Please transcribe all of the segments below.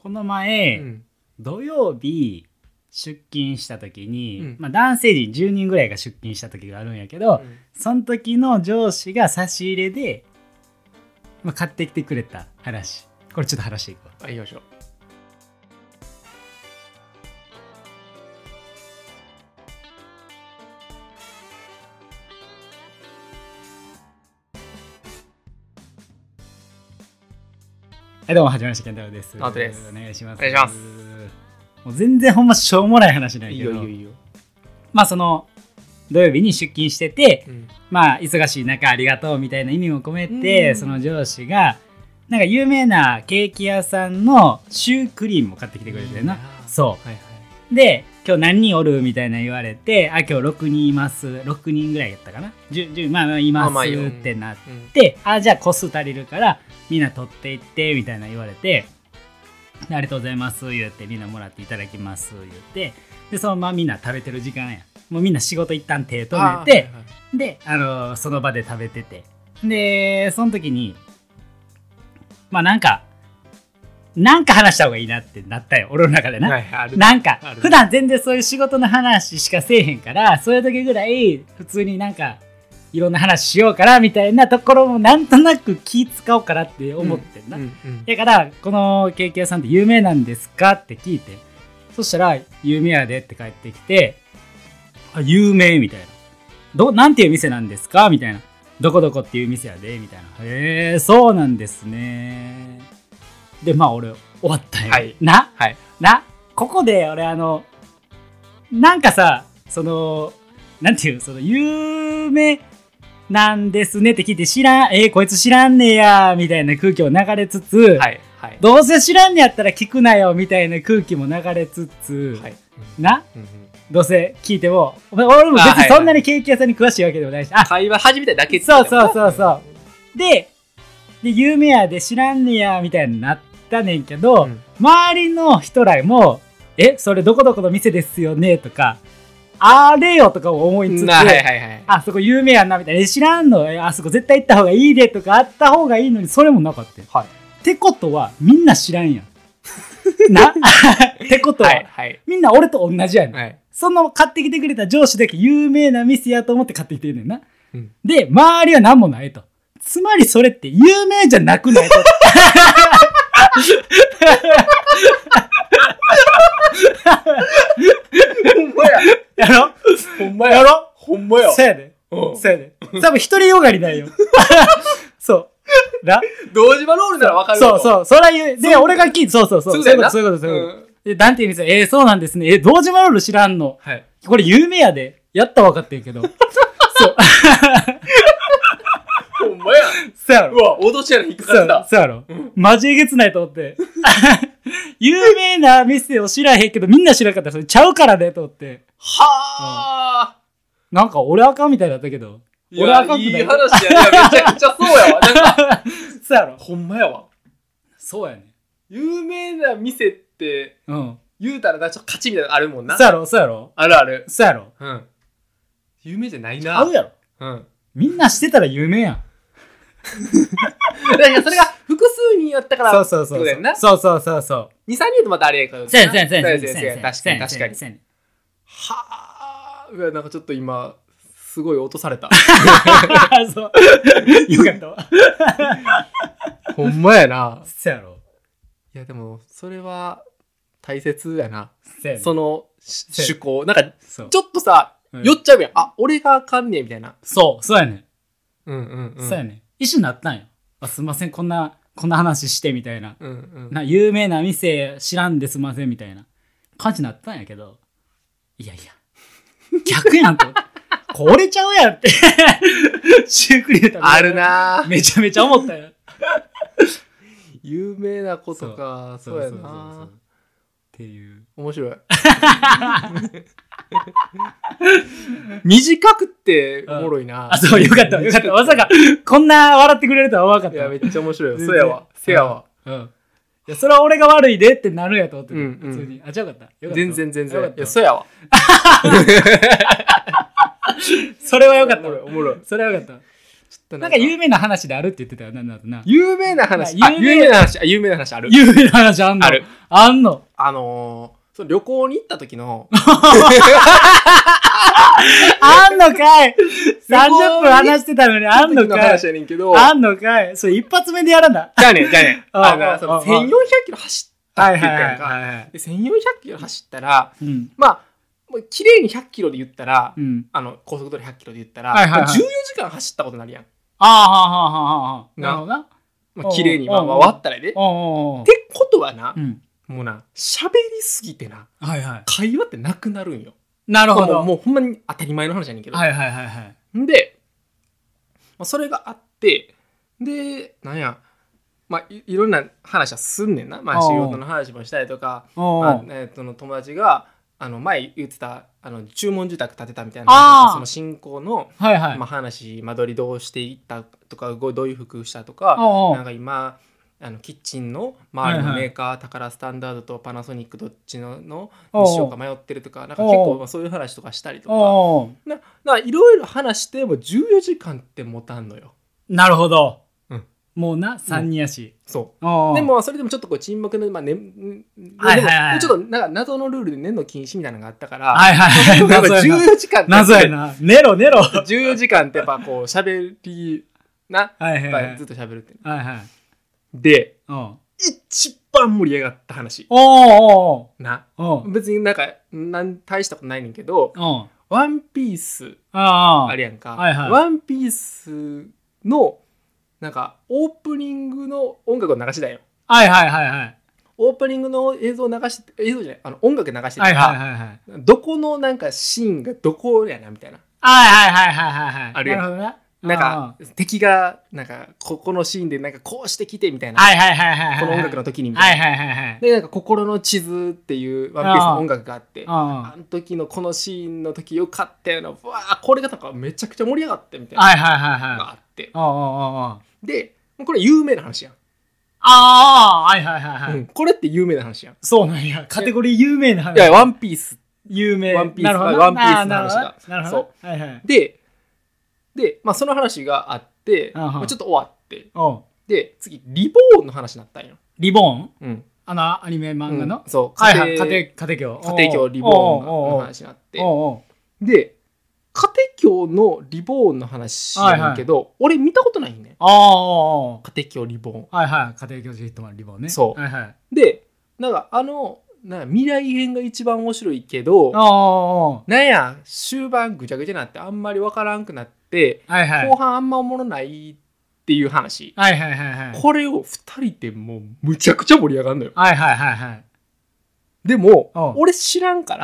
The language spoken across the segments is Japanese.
この前、 うん、 土曜日出勤した時に、 うんまあ、男性陣10人ぐらいが出勤した時があるんやけど、その時の上司が差し入れで、まあ、買ってきてくれた話、これちょっと話していこう。 行きましょう。 はい、どうも、はじめまして、健太郎です。 直人です。 お願いします。 お願いします。 もう全然ほんましょうもない話なんやいいけど、 よいいよいいよ。 まあその土曜日に出勤してて、 うん、 まあ忙しい中ありがとうみたいな意味も込めて、その上司がなんか有名なケーキ屋さんのシュークリームを買ってきてくれてるな。そう、 はいはい、 で今日何人おるみたいな言われて、あ、今日6人います、6人ぐらいやったかな、10まあいますってなって、あ、じゃあ個数足りるからみんな取っていってみたいな言われて、ありがとうございます言ってみんなもらっていただきます言って、でそのままみんな食べてる時間や、もうみんな仕事一旦手止めて、はいはい、でその場で食べてて、でその時にまあなんか話した方がいいなってなったよ、俺の中でな、はい、なんか普段全然そういう仕事の話しかせえへんから、そういう時ぐらい普通になんかいろんな話しようからみたいなところもなんとなく気使おうかなって思ってんな、だからこのケーキ屋さんって有名なんですかって聞いて、そしたら有名やでって帰ってきて、あ、有名みたいな、なんていう店なんですかみたいな、どこどこっていう店やでみたいな、へえそうなんですね。でまあ俺終わったよ、はい、なここで俺なんかさ、そのなんていう、その有名なんですねって聞いて、知らん、こいつ知らんねやみたいな空気も流れつつ、はいはい、どうせ知らんねやったら聞くなよみたいな空気も流れつつ、はい、どうせ聞いても俺も別にそんなにケーキ屋さんに詳しいわけでもないし、 会話始めただけってそうで有名やで知らんねやみたいになったねんけど、周りの人らもそれどこどこの店ですよねとか、あれよとか思いつつ、あそこ有名やんなみたいな、知らんの、あそこ絶対行った方がいいでとかあった方がいいのに、それもなかった、はい、ってことはみんな知らんやんなってことは、はいはい、みんな俺と同じやねん、はい、その買ってきてくれた上司だけ有名な店やと思って買ってきてるねんな、うん、で周りは何もないと、つまりそれって有名じゃなくないとやろほんまやそうやで、そうやで、多分一人よがりないよそうな、 堂島ロールなら分かるよ、そうそれは言うで、俺が聞いて、そういうことで、なんていう店、そうなんですね、堂島ロール知らんの、はい、これ有名やで、やったら分かってんけどそうほんまや。 そうやろ。 うわ、脅しやら引っかかった。 そうやろ。マジえげつないと思って。有名な店を知らへんけど、みんな知らんかったらそれちゃうからねと思って。 はぁ、なんか俺あかんみたいだったけど。 俺あかんみたいな。いい話や。めちゃくちゃそうやわ。なんか。 そうやろ。 ほんまやわ。 そうやね。 有名な店って、言うたらちょっと勝ちみたいなのあるもんな。 そうやろ。 あるある。 そうやろ。 有名じゃないな。 合うやろ。みんなしてたら有名やん。 だからそれが複数人やったからそう。 そう。2、3人とまたあれやから。 そう確かに。はぁ、なんかちょっと今すごい落とされた。 そうよかったわ。 ほんまやな。 そうやろ。 いやでもそれは大切やな。 その趣向なんかちょっとさ、酔っちゃうやん。あ、俺があかんねんみたいな。 そうやね。 そうやね。意思になったんよ。あ、すいません、こんな話してみたいな。有名な店知らんですいませんみたいな感じになったんやけど、いや逆やんと。これちゃうやんってシュークリーム食べあるなめちゃめちゃ思ったよ。 有名なことか。そうやなっていう面白い。短くっておもろいな。 あ、そう、よかったまさかこんな笑ってくれるとは思わなかった。 いやめっちゃ面白いよ。そうやわ。せやわ。 いやそれは俺が悪いでってなるやと思って普通に。あ、じゃあよかった。 全然。いやそうやわ。 それはよかった。 おもろい。 それはよかった。なんか有名な話であるって言ってたよな。 有名な話ある。 有名な話あんの。ある。 あんのその旅行に行った時のあんのかい !30 分話してたのにあんのかい話やねんけどあんのかいそれ一発目でやらんだ。 じゃあね。その1400キロ走ったって言ったやんか。で1400キロ走ったら、まあ、もう綺麗に100キロで言ったら、高速道路100キロで言ったら、14時間走ったことになるやん。 なるほどな。 まあ、綺麗に割ったらね。ってことはな、もうな、喋りすぎてな、会話ってなくなるんよ。 なるほど。 もうほんまに当たり前の話やねんけど。で、それがあって、で、なんや、まあ、いろんな話はすんねんな。まあ、仕事の話もしたりとか、友達が、前言ってた、注文住宅建てたみたいな、その新興の、まあ、話、間取りどうしていったとか、どういう服したとか、なんか今、キッチンの周りのメーカー、タカラスタンダードとパナソニックどっちのにしようか迷ってるとか、なんか結構そういう話とかしたりとか、いろいろ話しても14時間って持たんのよ。 なるほど。もうな、3人やし。 そう。でも、それでもちょっとこう沈黙の、まあね、ちょっとなんか謎のルールで寝るの禁止みたいなのがあったから、14時間って。 謎やな。寝ろ。 14時間ってやっぱこう喋り、な。ずっと喋るって。で、一番盛り上がった話。な。別になんか、大したことないねんけど、ワンピース、あれやんか。ワンピースの、なんか、オープニングの音楽を流してたよ。オープニングの映像を流して、映像じゃない、音楽流してたら、どこのなんかシーンがどこやな、みたいな。あるやん。なるほどな。なんか敵がなんかこのシーンでなんかこうしてきてみたいな、この音楽の時にみたいな、でなんか心の地図っていうワンピースの音楽があって、あの時のこのシーンの時よかったよな、わあこれがなんかめちゃくちゃ盛り上がってみたいながあって、でこれ有名な話やん。これって有名な話やん。 そうなんや。カテゴリー有名な話。 いやワンピース有名。 ワンピースの話が。そう。で、まあ、その話があって、ちょっと終わって、で、次、リボーンの話になったんよ。 リボーン？アニメ漫画の？ そう。 家庭教リボーンの話になって、で、家庭教のリボーンの話やねんけど、俺見たことないんね。家庭教リボーン。 家庭教ヒットマンリボーンね。 そう。で、なんか未来編が一番面白いけど、なんや終盤ぐちゃぐちゃになってあんまり分からんくなって、後半あんまおもろないっていう話、これを2人でもうむちゃくちゃ盛り上がるのよ。でも俺知らんから、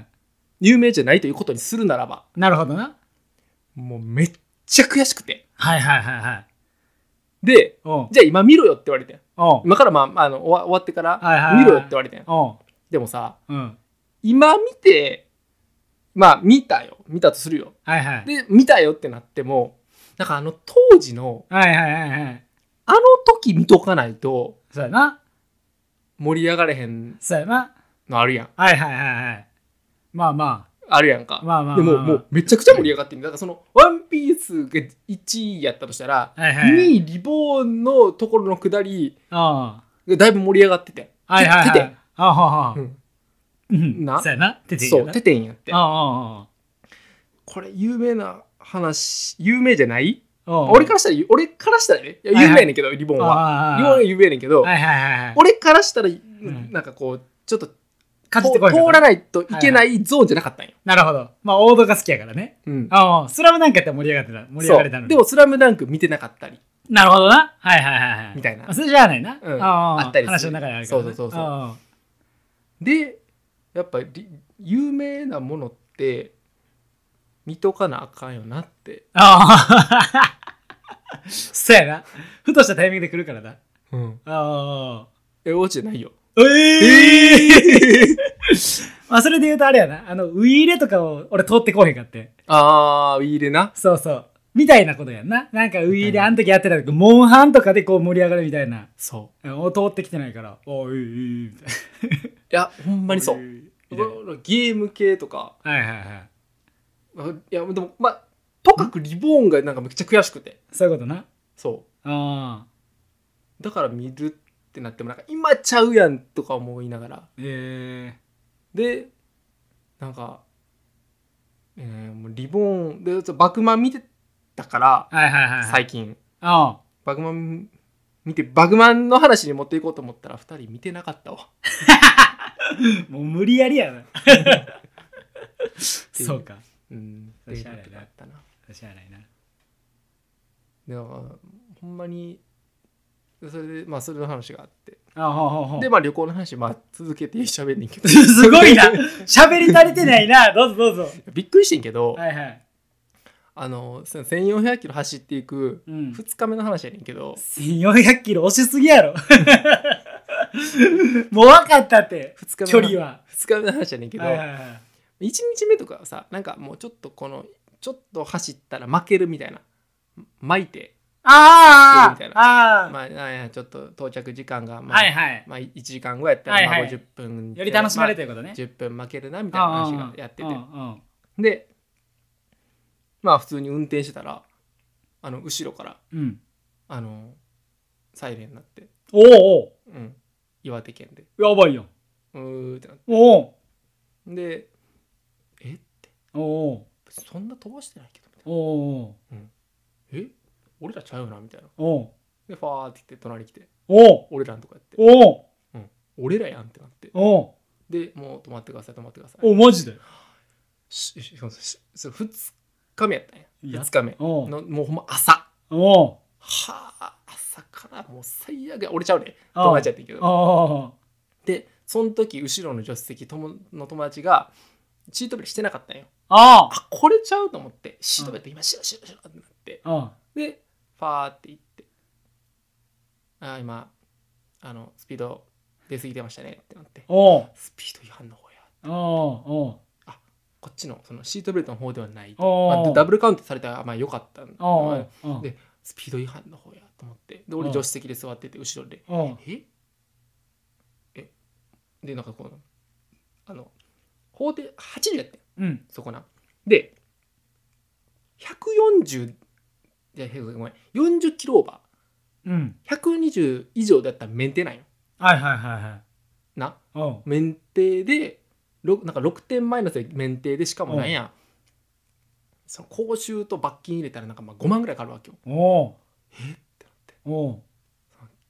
有名じゃないということにするならば、 なるほどな。 もうめっちゃ悔しくて、で、じゃあ今見ろよって言われて、今から終わってから見ろよって言われてん。でもさ、今見て、まあ見たとするよ。で見たよってなっても、なんか当時の時見とかないとそうやな盛り上がれへんのあるやん。 まああるやんか。でももうめちゃくちゃ盛り上がってる。だからそのワンピースが1位やったとしたら、2位リボーンのところの下りだいぶ盛り上がってて、テテンそうやな、テテンやって。これ有名な話、有名じゃない？俺からしたらね、有名やねんけど、リボンは有名やねんけど、俺からしたらなんかこうちょっと通らないといけないゾーンじゃなかったんよ。 なるほど。まあ王道が好きやからね。スラムダンクやったら盛り上がれたのに。 でもスラムダンク見てなかったり。 なるほどな。みたいな。それじゃあないな。 あったりする。 話の中であるから。 そう。で、やっぱり有名なものって見とかなあかんよなって。 そうやな。ふとしたタイミングで来るからな。 落ちてないよ。 まあそれで言うとあれやな、ウイイレとかを俺通ってこうへんかって。 ウイイレな。 そうみたいなことやんな。なんかウイイレあの時やってた時モンハンとかでこう盛り上がるみたいな。 そう通ってきてないからみたいな。 いやほんまにそう。ゲーム系とか。いやでもまあとかくリボーンがなんかめっちゃ悔しくて。 そういうことな。 そう。だから見るってなってもなんか今ちゃうやんとか思いながら、でなんか、もうリボンでバクマン見てたから、最近バクマン見てバクマンの話に持っていこうと思ったら2人見てなかったわもう無理やりやなそうか、 しゃあないなしゃあないな。 でほんまにそれでそれの話があって、 で旅行の話続けて喋んねんけどすごいな喋り足りてないなどうぞどうぞ。 びっくりしてんけど、1400キロ走っていく2日目の話やねんけど、 1400キロ押しすぎやろもう分かったって距離は 2日目の話やねんけど、1日目とかはさなんかもうちょっと走ったら負けるみたいな巻いてみたいな、ちょっと到着時間が1時間後やったら50分より楽しめるということね。 10分負けるなみたいな話がやってて、で普通に運転してたら後ろから、サイレンになって、岩手県でやばいよってなって、でってそんな飛ばしてないけどみたいな、俺らちゃうよなみたいな、でファーって言って隣来て俺らのとこやって、俺らやんってなって、でもう止まってくださいマジで 2日目やったんや。2日目のもうほんま朝朝からもう最悪や、俺ちゃうね友達やってんけど、でその時後ろの助手席の友達がシートベルしてなかったんよ。これちゃうと思ってシートベルト今しろってなって、でファーって行って、今スピード出過ぎてましたねってなって、スピード違反の方やこっちのそのシートベルトの方ではない、ダブルカウントされたらよかったんで、スピード違反の方やと思って、で俺助手席で座ってて後ろででなんかこの法定80やってん、そこなで140ごめん40キロオーバー、120以上だったら免停なんよ。な免停でなんか6点マイナスで免停で、しかもなんやその講習と罰金入れたらなんか5万ぐらいかかるわけよ。ってなって、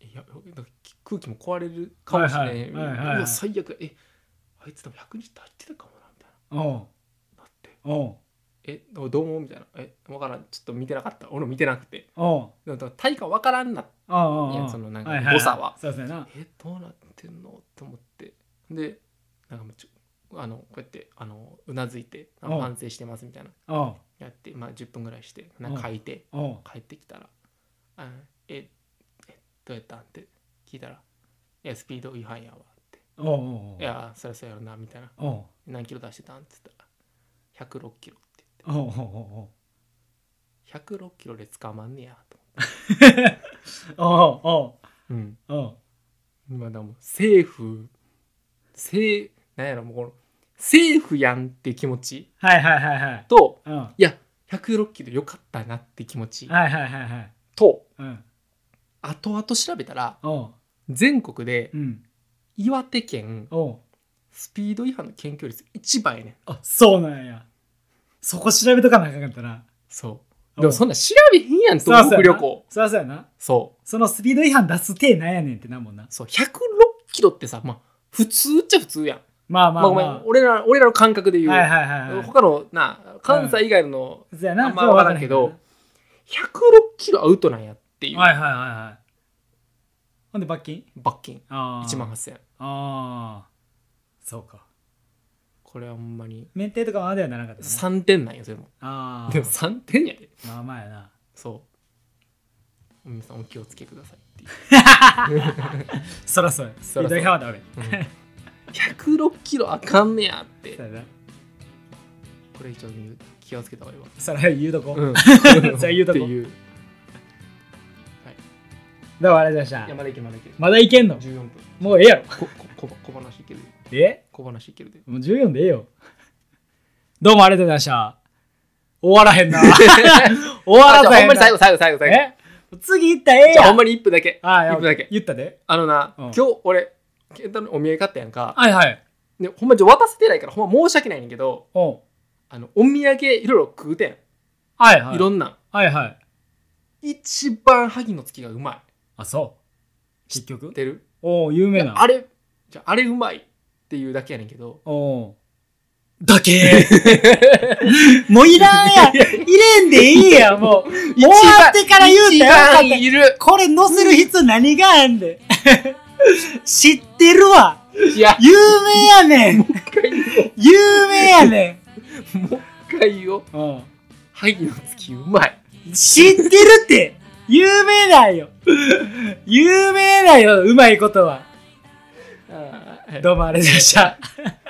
いや空気も壊れるかもしれない、最悪あいつでも120って入ってたかもなみたいななってどうもみたいな分からんちょっと見てなかった、俺も見てなくて体感分からんなそのなんか誤差はどうなってんのって思って、でなんかこうやってうなずいて反省してますみたいなやって、10分ぐらいしてなんか書いて帰ってきたらどうやったんって聞いたらいやスピード違反やわって、いやそりゃそうやろなみたいな、何キロ出してたんって言ったら106キロって言って、106キロで捕まんねやと思って今だもんなんやろもうこのセーフやんって気持ちと、いや106キロよかったなって気持ちと、後々調べたら全国で岩手県スピード違反の検挙率1番やねん。 そうなんや。そこ調べとかなあかんかったな。 でもそんな調べへんやん東北旅行。 そうやな。そのスピード違反出す手なんやねんってなもんな。 106キロってさ普通っちゃ普通やん。ごめん俺らの感覚で言う、他の関西以外のあんま分からんけど、106キロアウトなんやっていう。 ほんで罰金 18000円。 そうか。 これはほんまに免停とかまではならなかったね。 3点なんよそれも。でも3点やで。 やな。 皆さんお気をつけくださいっていう。 そらそうや。スピード違反はダメ。 106キロあかんねやって。これ一応気をつけた方がいいわ。 それ言うとこ。それ言うとこ。どうもありがとうございました。 いやまだいけまだいけんの 14分。 もうええやろ。 小話いける小話いけるで。 もう14でええよ。どうもありがとうございました。終わらへんな。終わらへんな。 ほんまに最後。 次行ったらええやん。 じゃあほんまに1分だけ。 1分だけ。言ったで。 今日俺、ケンタのお土産買ったやんか。 はいはい。 で、ほんま渡せてないからほんま申し訳ないねんけど、お土産いろいろ食うてん。 はいはい。 いろんな。 はいはい。 一番萩の月がうまい。 あ、そう。結局知ってる？ 有名な。 あれうまいっていうだけやねんけど。 だけもういらんやん。入れんでいいやん、もう。終わってから言うてよかった。 いる。 これ載せる必要何があんで。知ってるわ。いや、有名やねん。もう一回言おう。有名やねん。もう一回言おう。萩の月うまい。 知ってるって。有名だよ。有名だよ、うまいことは。どうもありがとうございました。